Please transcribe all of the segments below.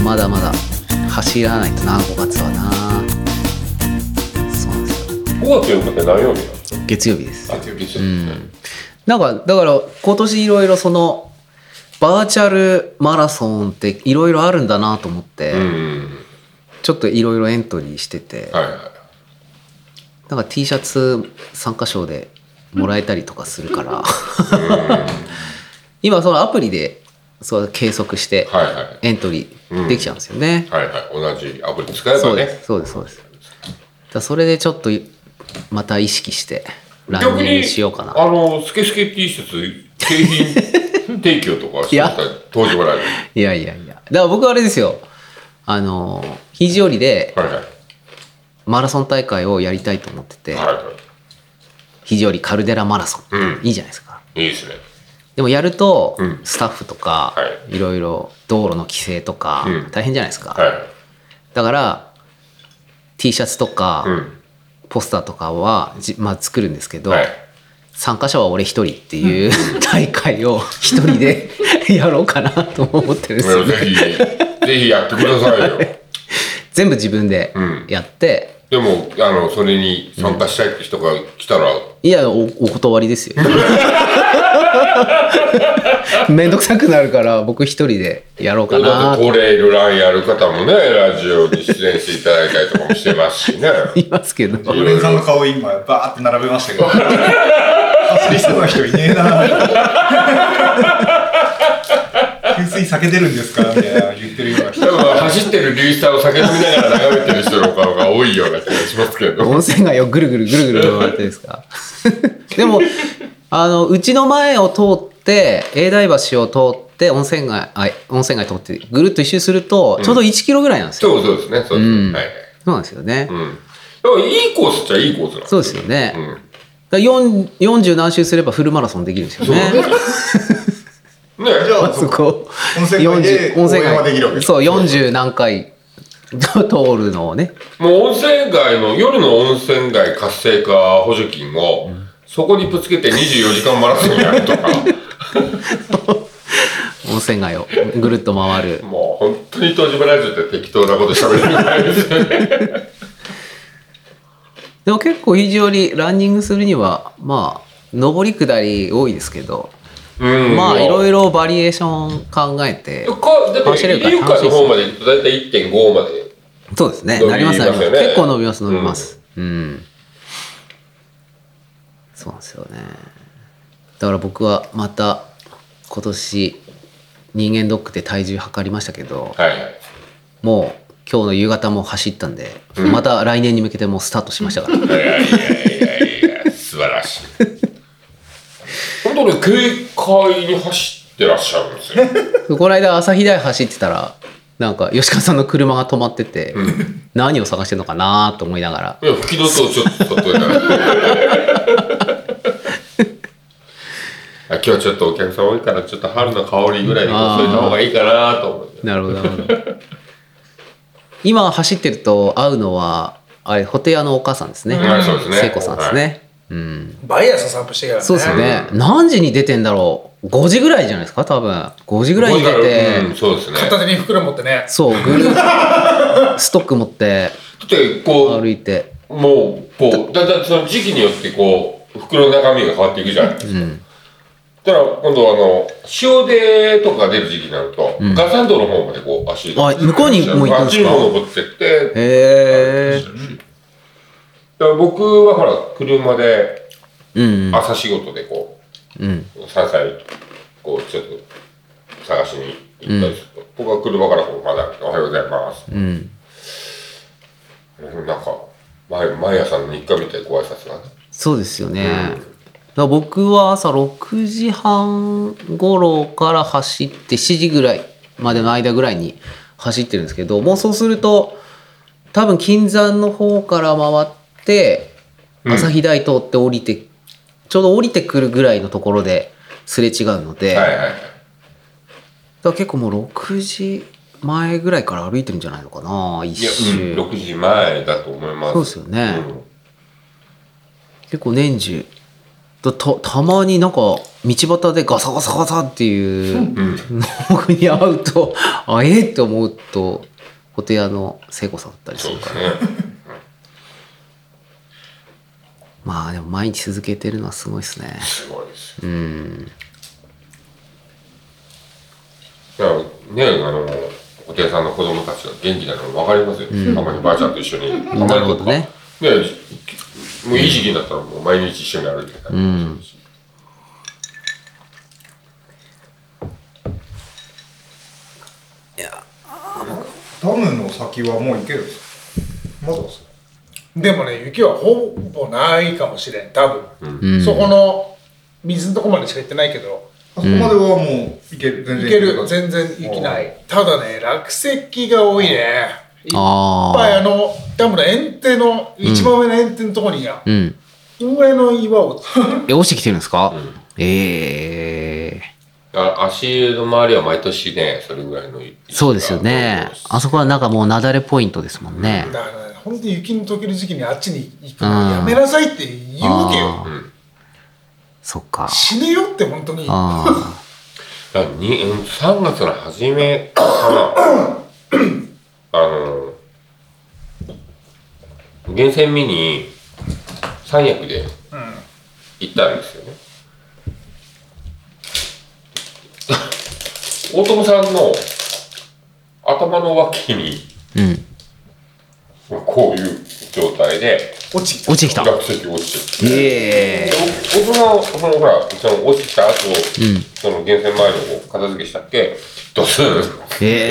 まだまだ走らないとな、5月はな。そうなんですよ。 5月4日って何曜日なんですか？ 月曜日です。 月曜日ですね。 なんかだから今年いろいろそのバーチャルマラソンっていろいろあるんだなと思って、ちょっといろいろエントリーしてて、なんか T シャツ参加賞でもらえたりとかするから今そのアプリでそう計測してエントリーできちゃうんですよね。 同じアプリ使えばね。 そうですだそれでちょっとまた意識してランニングしようかな。 スケスケ T シャツ景品提供とかしてたら当時もらえる。 いやだから僕はあれですよ、肘折でマラソン大会をやりたいと思ってて、肘折カルデラマラソン、いいじゃないですか。 いいですね。 でもやるとスタッフとかいろいろ道路の規制とか大変じゃないですか。だから T シャツとかポスターとかは作るんですけど、参加者は俺一人っていう大会を一人でやろうかなと思ってるんですよね。 ぜひやってくださいよ。 全部自分でやって、 でもそれに参加したいって人が来たら、 いや お断りですよめんどくさくなるから僕一人でやろうかな。 だってトレイルランやる方もね、ラジオに出演していただいたりとかもしてますしね。 いますけど、 常連さんの顔今バーって並べましたけど走りそうな人いねえな給水酒出るんですかみたいな言ってるような人、 走ってるリュースターを酒飲みながら眺めてる人の顔が多いような気がしますけど。 温泉街をぐるぐる回ってですかでもうちの前を通って永大橋を通って温泉街通ってぐるっと一周するとちょうど1キロぐらいなんですよ。 そうですね。そうなんですよね。 だからいいコースっちゃいいコースなんですよ。 そうですよね。だ40何周すればフルマラソンできるんですよね。 じゃあそこ温泉街で応援はできるわけです。 そう40何回通るのをね。 もう温泉街の夜の温泉街活性化補助金をそこにぶつけて24時間マラソンやるとか温泉街をぐるっと回る。 もう本当に東島ラジオって適当なこと喋るみたいですよねでも結構肘折ランニングするにはまあ上り下り多いですけど、まあいろいろバリエーション考えて走れるから楽しいです。の方まで行くと大体 1.5 まで。 そうですね。なりますね。結構伸びます。そうなんですよね。だから僕はまた今年人間ドックで体重測りましたけど、もう今日の夕方も走ったんで、また来年に向けてもうスタートしましたから。 いや素晴らしい。本当に軽快に走ってらっしゃるんですよ。 この間朝日台走ってたらなんか吉川さんの車が止まってて、何を探してるのかなと思いながら。 いや吹きのとちょっと例えた今日ちょっとお客さん多いからちょっと春の香りぐらいで添えた方がいいかなと思って。 なるほど今走ってると会うのはあれホテ屋のお母さんですね。聖子さんですね。 毎朝散歩してからね。 そうですよね。何時に出てんだろう。5時ぐらいじゃないですか多分。5時ぐらいに出て、 そうですね。 片手に袋持ってね。 そうぐるストック持ってこう歩いて、 もうこうだんだんその時期によってこう袋の中身が変わっていくじゃないですか。だから今度潮出とか出る時期になると、ガサン道の方までこう足向こうにも行くんですか。 あっちにも登ってって。 へえ。 だから僕はほら車で朝仕事でこう山菜こうちょっと探しに行ったりすると、僕は車からこうまだおはようございます。なんか毎朝の日課みたいなご挨拶がね。 そうですよね。だ僕は朝6時半頃から走って7時ぐらいまでの間ぐらいに走ってるんですけど、もうそうすると多分金山の方から回って朝日台通って降りて、ちょうど降りてくるぐらいのところですれ違うので、だから結構もう6時前ぐらいから歩いてるんじゃないのかな一周。 6時前だと思います。 そうですよね。結構年中たまになんか道端でガサガサガサっていう僕に会うとって思うとホテ屋の聖子さんだったりするから、まあでも毎日続けてるのはすごいですね。 すごいですよ。だからね、ホテ屋さんの子供たちが元気なの分かりますよ。たまにばあちゃんと一緒にたまにとかね、もういい時期になったらもう毎日一緒に歩いてたりするし。 ダムの先はもう行けるんですか？まだですか？ でもね、雪はほぼないかもしれん、多分。そこの水のとこまでしか行ってないけど。 あそこまではもう行ける、 全然雪ない。ただね、落石が多いね。いっぱいダムの堰堤の、一番上の堰堤のとこにこのぐらいの岩を落ちてきてるんですか？ 足の周りは毎年ね、それぐらいの雪。 そうですよね。あそこはなんかもう雪崩ポイントですもんね。 だからね、本当に雪の溶ける時期にあっちに行くのやめなさいって言うわけよ。 そっか。 死ねよって本当に。 3月の初めかな。源泉見に三役で行ったんですよね。大友さんの頭の脇に、こういう状態で落ちてきた。 落ちてきて。僕のほら落ちてきた後、その源泉周りを片付けしたっけどうするんですか？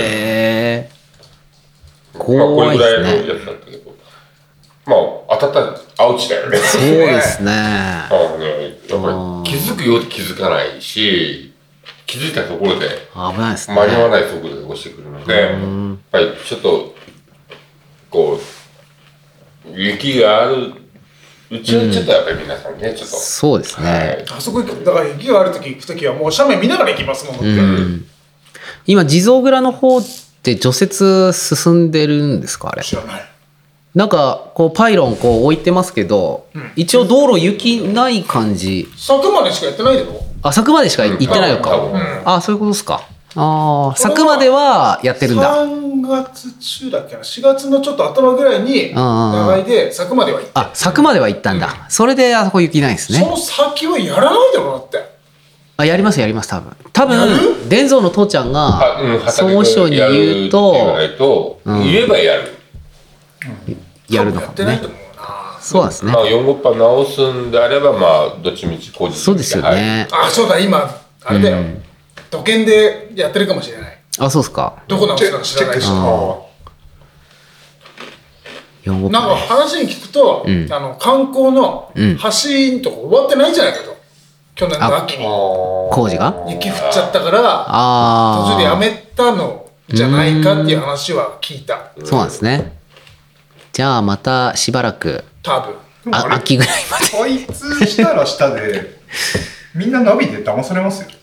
怖いですね。 これぐらいのやつだったけど、まあ当たったらアウチだよね。 そうですね。 やっぱり気づくようで気づかないし、気づいたところで危ないですね。 間に合わない速度で落ちてくるので、やっぱりちょっとこう雪があるうちはちょっとやっぱり皆さんね、ちょっとそうですね。 あそこだから雪がある時行く時はもう斜面見ながら行きますもん。 今地蔵蔵の方って除雪進んでるんですか？あれ知らない。 なんかこうパイロンこう置いてますけど、一応道路雪ない感じ。 柵までしかやってないだろ。 柵までしか行ってないのか。そういうことですか。柵まではやってるんだ。 3月中だっけな、4月のちょっと頭ぐらいに長いで柵までは行った。 柵までは行ったんだ。それであそこ雪ないですね。 その先はやらないだろうなって。 やります多分伝蔵の父ちゃんが総務省に言うと言えばやる。 やるのかもね。そうなんですね。 4号パ直すんであればどっちみち工事。 そうですよね。 そうだ、今あれだよ。土建でやってるかもしれない。 そうですか。 どこ直すか知らないし。なんか話に聞くと観光の橋のとこ終わってないんじゃないかと。去年の秋に工事が雪降っちゃったから途中でやめたのじゃないかっていう話は聞いた。 そうなんですね。じゃあまたしばらく多分秋ぐらいまで開通したら下でみんなナビで騙されますよ。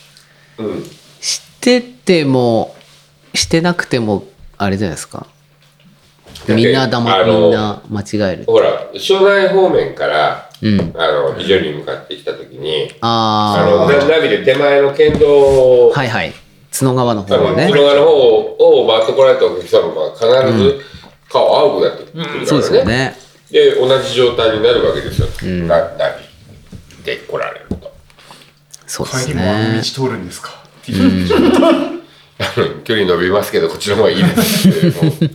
しててもしてなくてもあれじゃないですか。みんな間違える。 ほら庄内方面から非常に向かってきたときにナビで手前の県道角川の方ね、 角川の方を回ってこられたお客様が必ず顔青くなってくるからね。 そうですよね。 で同じ状態になるわけですよ。ナビで来られると。 そうですね。 帰りもあの道通るんですか。 距離伸びますけどこっちの方がいいです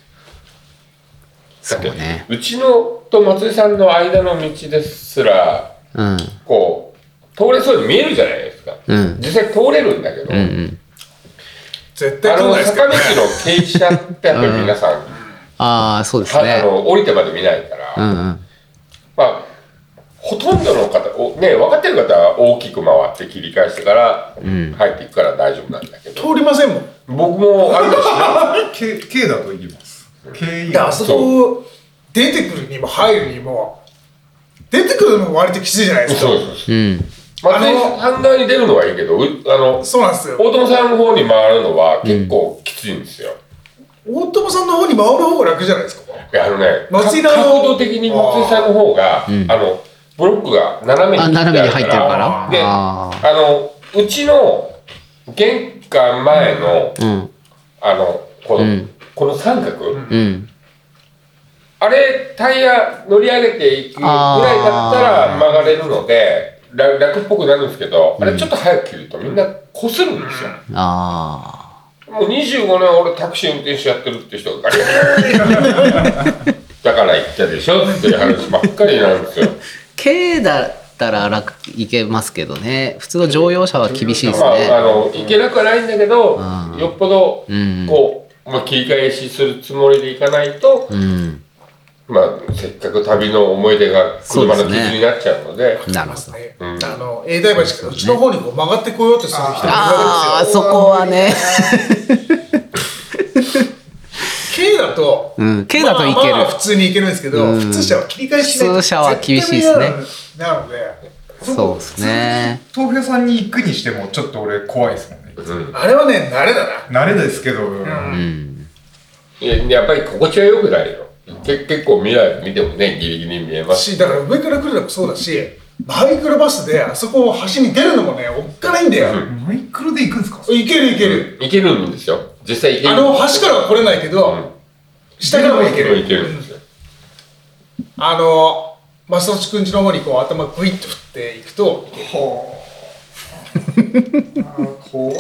だってうちのと松井さんの間の道ですらこう通れそうに見えるじゃないですか。実際通れるんだけど、 絶対通れないです坂道の傾斜ってやっぱり皆さんそうですね。 降りてまで見ないからほとんどの方ね分かってる方は大きく回って切り返してから入っていくから大丈夫なんだけど、 通りませんもん。 僕もあるし K だと言います。 あそこ出てくるにも入るにも出てくるのも割ときついじゃないですか。 反対に出るのはいいけどそうなんですよ。 大友さんの方に回るのは結構きついんですよ。 大友さんの方に回る方が楽じゃないですか。 角度的に松井さんの方がブロックが斜めに斜めに入ってるからでうちの玄関前の、この三角、あれタイヤ乗り上げていくぐらいだったら曲がれるので楽っぽくなるんですけど、あれちょっと早く切るとみんな擦るんですよ。もう25年俺タクシー運転手やってるって人がガリガリガリだから言ったでしょっていう話ばっかりなんですよ。 軽だったら楽いけますけどね、普通の乗用車は厳しいですね。 いけなくはないんだけど、よっぽどこう、切り返しするつもりでいかないと、せっかく旅の思い出が車の傷になっちゃうので。 なるほど。 永大橋からうちの方にこう曲がってこようとする人がいるわけですよ。 そこはね。 軽だと、 軽だといける。 普通にいけるんですけど、普通車は切り返しないと普通車は厳しいですね。 なので、 そうですね。 豆腐屋さんに行くにしてもちょっと俺怖いですもんね。 あれはね、慣れだな。 慣れですけど、 やっぱり心地は良くないよ。結構未来見てもね、ギリギリ見えますし、だから上から来るのもそうだし、マイクロバスであそこを橋に出るのもね、おっかないんだよ。 マイクロで行くんですか？ いけるいける。 いけるんですよ。実際いける。 橋からは来れないけど、下からはいける。 いけるんですよ。 正地くんちの方にこう頭グイッと振っていくと、 怖っ。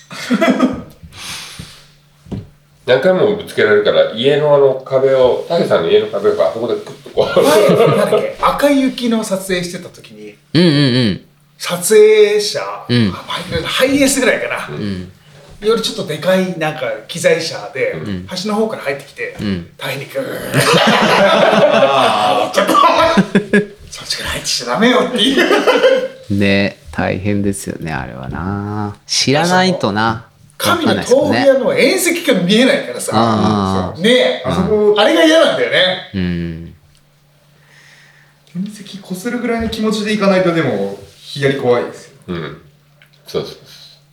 何回もぶつけられるから家の壁を武さんの家の壁をあそこでクッとこうなんだっけ赤い雪の撮影してた時に、撮影者、ハイエースぐらいかな、よりちょっとでかいなんか機材車で、橋の方から入ってきて、大変にグーッちょっとそっちから入ってきちゃダメよっていうね、大変ですよねあれはな。知らないとな。 神の豆腐屋の縁石が見えないからさ、ねえ、あれが嫌なんだよね。 縁石こするぐらいの気持ちでいかないと、でもひやり怖いですよ。 そうそう。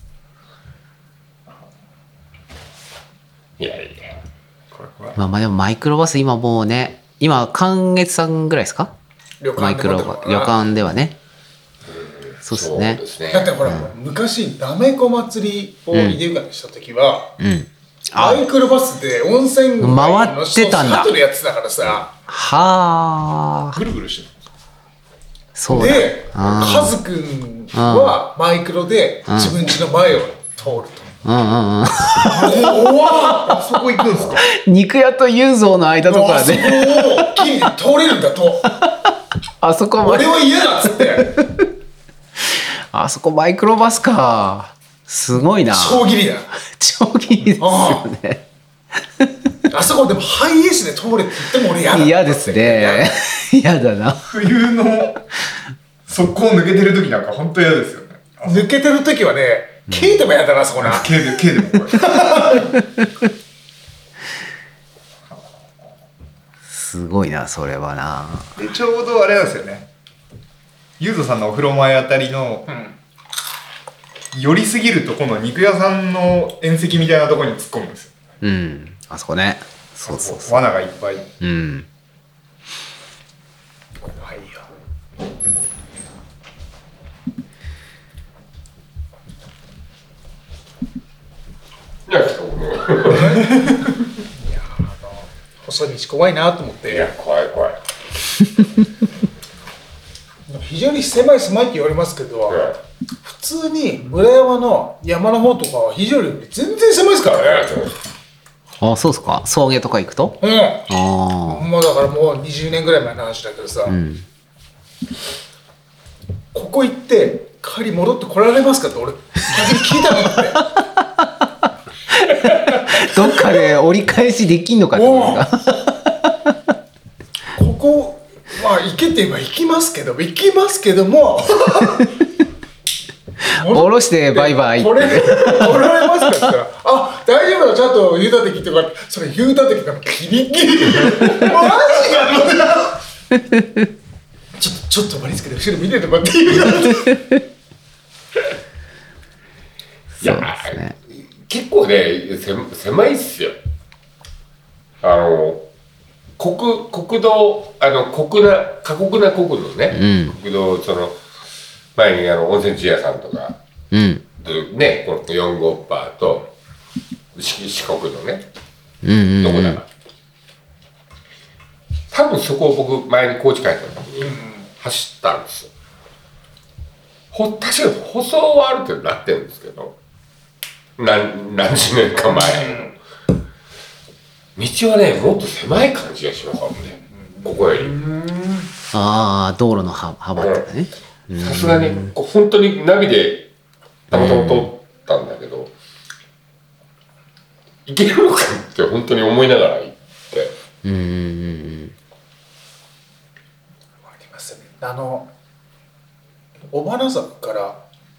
いやまあでもマイクロバス今もうね、今関越さんぐらいですか？マイクロバス旅館ではね。そうですね。 だってほら、昔なめこ祭りを井出川にした時は、マイクロバスで温泉街の人をサトルやってたからさ、 はあ、 ぐるぐるしてる。 そうで、カズくんはマイクロで自分家の前を通ると。 あそこ行くんですか？ 肉屋と雄三の間とかで、 あそこを木に通れるんだと。 あそこ俺は嫌だっつって。 あそこマイクロバスか。すごいな。 超ギリだ。 超ギリですよね。 あそこでもハイエースで通れって言っても俺嫌だ。 嫌ですね。嫌だな。 冬の速攻抜けてる時なんか本当嫌ですよね。 抜けてる時はね、軽でも嫌だな、そこな。 軽でも怖い。 すごいな、それはな。 でちょうどあれなんですよね。ゆうぞさんのお風呂前あたりの、寄りすぎると今度肉屋さんの縁石みたいなところに突っ込むんですよ。 あそこね。そう。 罠がいっぱい。 怖いよ。 いや細道怖いなと思って。 いや怖い。 非常に狭いって言われますけど、普通に村山の山の方とかは非常に全然狭いですからね。 あ、そうですか。送迎とか行くと？ もうだからもう20年ぐらい前の話だけどさ、ここ行って帰り戻ってこられますかって俺逆に聞いたのって。 どっかで折り返しできんのかってことですか？ ここまあ行けって言えば行きますけども下ろしてバイバイって。 これで来られますかって言ったら「あ、大丈夫だ、ちゃんと言うたって聞いてからそれ言うたって聞いたらギリギリマジがちょっと割り付けて後ろ見ててもらっていいかって。 いや結構ね狭いっすよ。 国道過酷な国道ね、国道前に温泉地屋さんとか、ね、この4号パーと四国のね、どこだか多分そこを僕前に高知帰った時に走ったんですよ。確かに舗装はある程度なってるんですけど、何十年か前の道はねもっと狭い感じがしますもんね、ここより。 ああ、道路の幅とかね。 さすがに本当にナビでたまたま通ったんだけど、行けるのかって本当に思いながら行って。 ありますよね。尾花坂から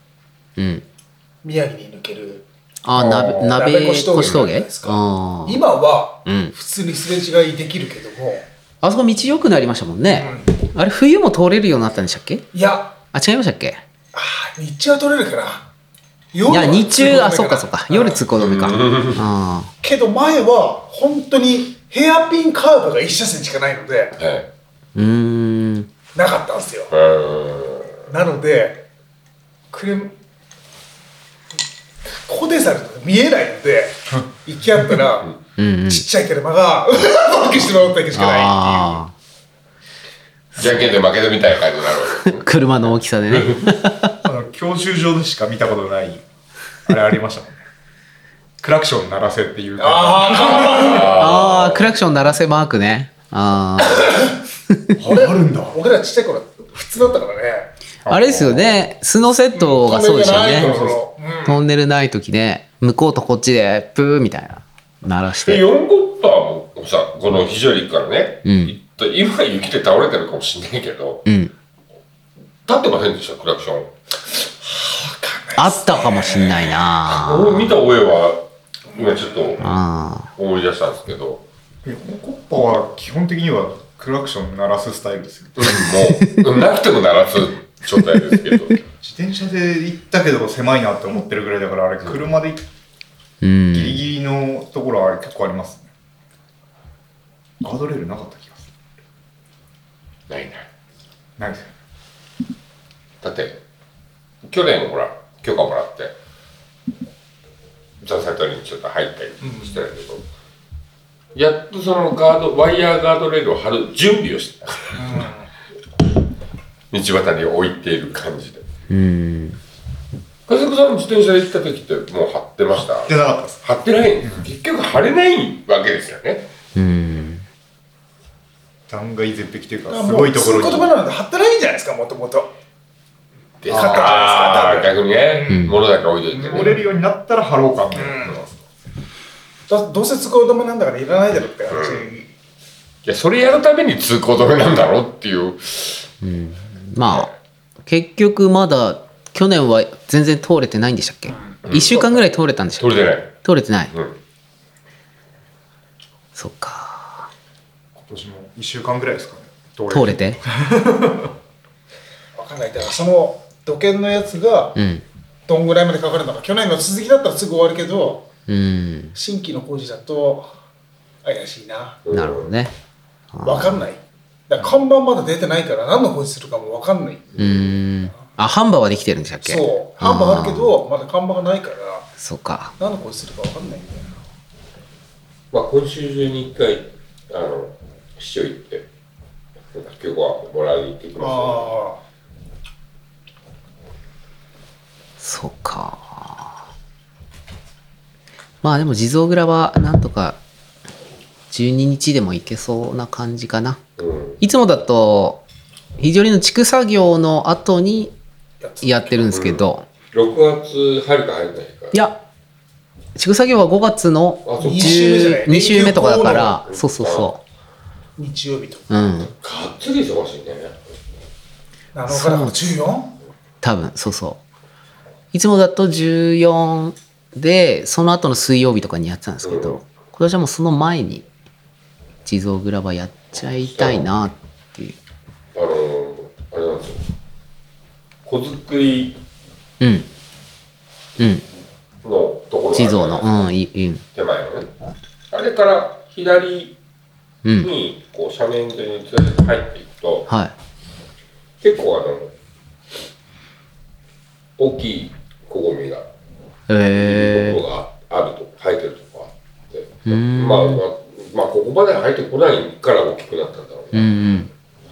宮城に抜ける鍋越峠ですか。今は普通にすれ違いできるけども、 あそこ道良くなりましたもんね。あれ冬も通れるようになったんでしたっけ？ いや、 違いましたっけ？ 日中は通れるかな。 いや日中そっか夜通行止めか。 けど前は本当にヘアピンカーブが1車線しかないので、なかったんですよ。なので高低差が見えないので行き合ったらちっちゃい車がバックしてもらっただけしかないっていう。 じゃんけんで負けたみたいな感じになるわけですね。 車の大きさでね。 教習所でしか見たことないあれありましたもんね。クラクション鳴らせっていう。 クラクション鳴らせマークね。 あるんだ。 僕らちっちゃい頃普通だったからね。 あれですよね、スノーセットがそうでしたね。トンネルない時ね、向こうとこっちでプーみたいな鳴らして。 4号パーもさ、この非常にからね、今雪で倒れてるかもしれないけど、立ってませんでしたクラクション。 あったかもしんないな。 俺見た覚えは今ちょっと思い出したんですけど、 4号パーは基本的にはクラクション鳴らすスタイルですよ。 もうなくても鳴らす状態ですけど。 自転車で行ったけど狭いなって思ってるぐらいだから、あれ車でギリギリのところは結構ありますね。ガードレールなかった気がする。ないですよ。 だって去年ほら許可もらってザ・サイトにちょっと入ったりしてたけど、やっとそのワイヤーガードレールを張る準備をしてた。道端に置いている感じで。風子さん自転車で行った時ってもう張ってました？ 張ってなかったです。 張ってない。結局張れないわけですよね。 断崖絶壁というかすごいところに。 そういう言葉なんで張ってないんじゃないですか、もともと。 逆にね、物だけ置いといてね。 折れるようになったら張ろうかみたいな。 どうせ通行止めなんだからいらないだろって話。 いや、それやるために通行止めなんだろうっていう。 まあ結局まだ去年は全然通れてないんでしたっけ？1週間ぐらい通れたんでしたっけ？通れてない。そっか。 今年も1週間ぐらいですかね。 通れて。 わかんない。だからその土建のやつがどんぐらいまでかかるのか。去年の続きだったらすぐ終わるけど、新規の工事だと怪しいな。 なるほどね。 わかんない。だから看板まだ出てないから何の工事するかもわかんない。 販売はできてるんでしたっけ？ そう、販売あるけどまだ看板がないから、 そうか。 何の工事するかわかんないんだよな。 まあ今週中に1回市長行って許可はもらいに行ってきますので。 そうか。まあでも地蔵蔵はなんとか12日でも行けそうな感じかな。いつもだと非常にの地区作業の後にやってるんですけど、 6月入るか入らないか。 いや地区作業は5月の2週目とかだから、そう日曜日とかっつり忙しいね。 7日から 14？ 多分いつもだと14でその後の水曜日とかにやってたんですけど、今年はもうその前に地蔵蔵はやっちゃいたいなっていう。 あれなんですよ、小作りのところ、 地蔵の手前のね、あれから左にこう斜面沿いにずっと入っていくと、 はい。 結構大きい小ゴミがいるところがあると、生えてるとこがあって、まあここまで生えてこないから大きくなったんだろうな。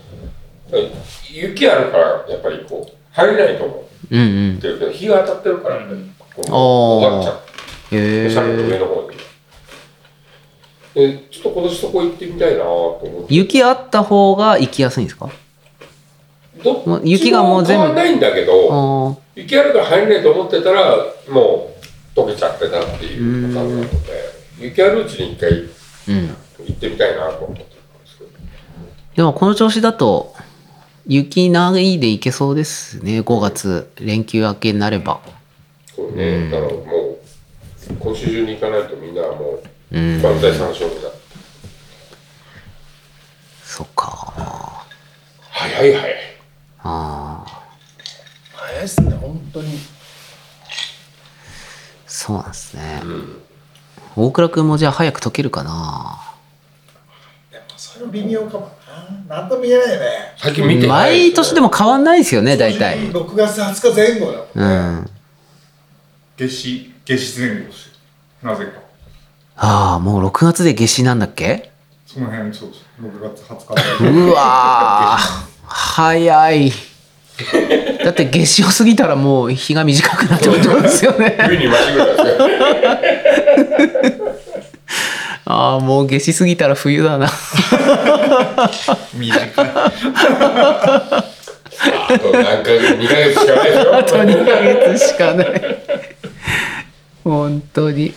雪あるからやっぱりこう入れないと思う。っていうけど日が当たってるからね、終わっちゃう。斜面の上の方に。ちょっと今年そこ行ってみたいなと思って。 雪あった方が行きやすいんですか？ 雪がもう全部変わんないんだけど、雪あるから入れないと思ってたらもう溶けちゃってたっていうパターンなので、雪あるうちに一回行ってみたいなと思ってるんですけど。 でもこの調子だと雪ないで行けそうですね。5月連休明けになれば。 そうね、だからもう今週中に行かないとみんなはもう万歳三唱になって。 そっか。 早い。 早いっすね、本当に。 そうなんですね。大倉君もじゃあ早く解けるかな。 でもそれ微妙かもな。なんとも言えないよね。 最近見てない、 毎年でも変わんないですよね、大体。 6月20日前後だもんね。 夏至前後です。なぜか。 もう6月で夏至なんだっけ？ その辺そうです。6月20日。 うわー、早い。だって夏至を過ぎたらもう日が短くなってくるってことですよね。 冬にましぐらいですよ。 もう夏至過ぎたら冬だな。 短い。 あと何ヶ月、2ヶ月しかないですよ。 あと2ヶ月しかない。本当に。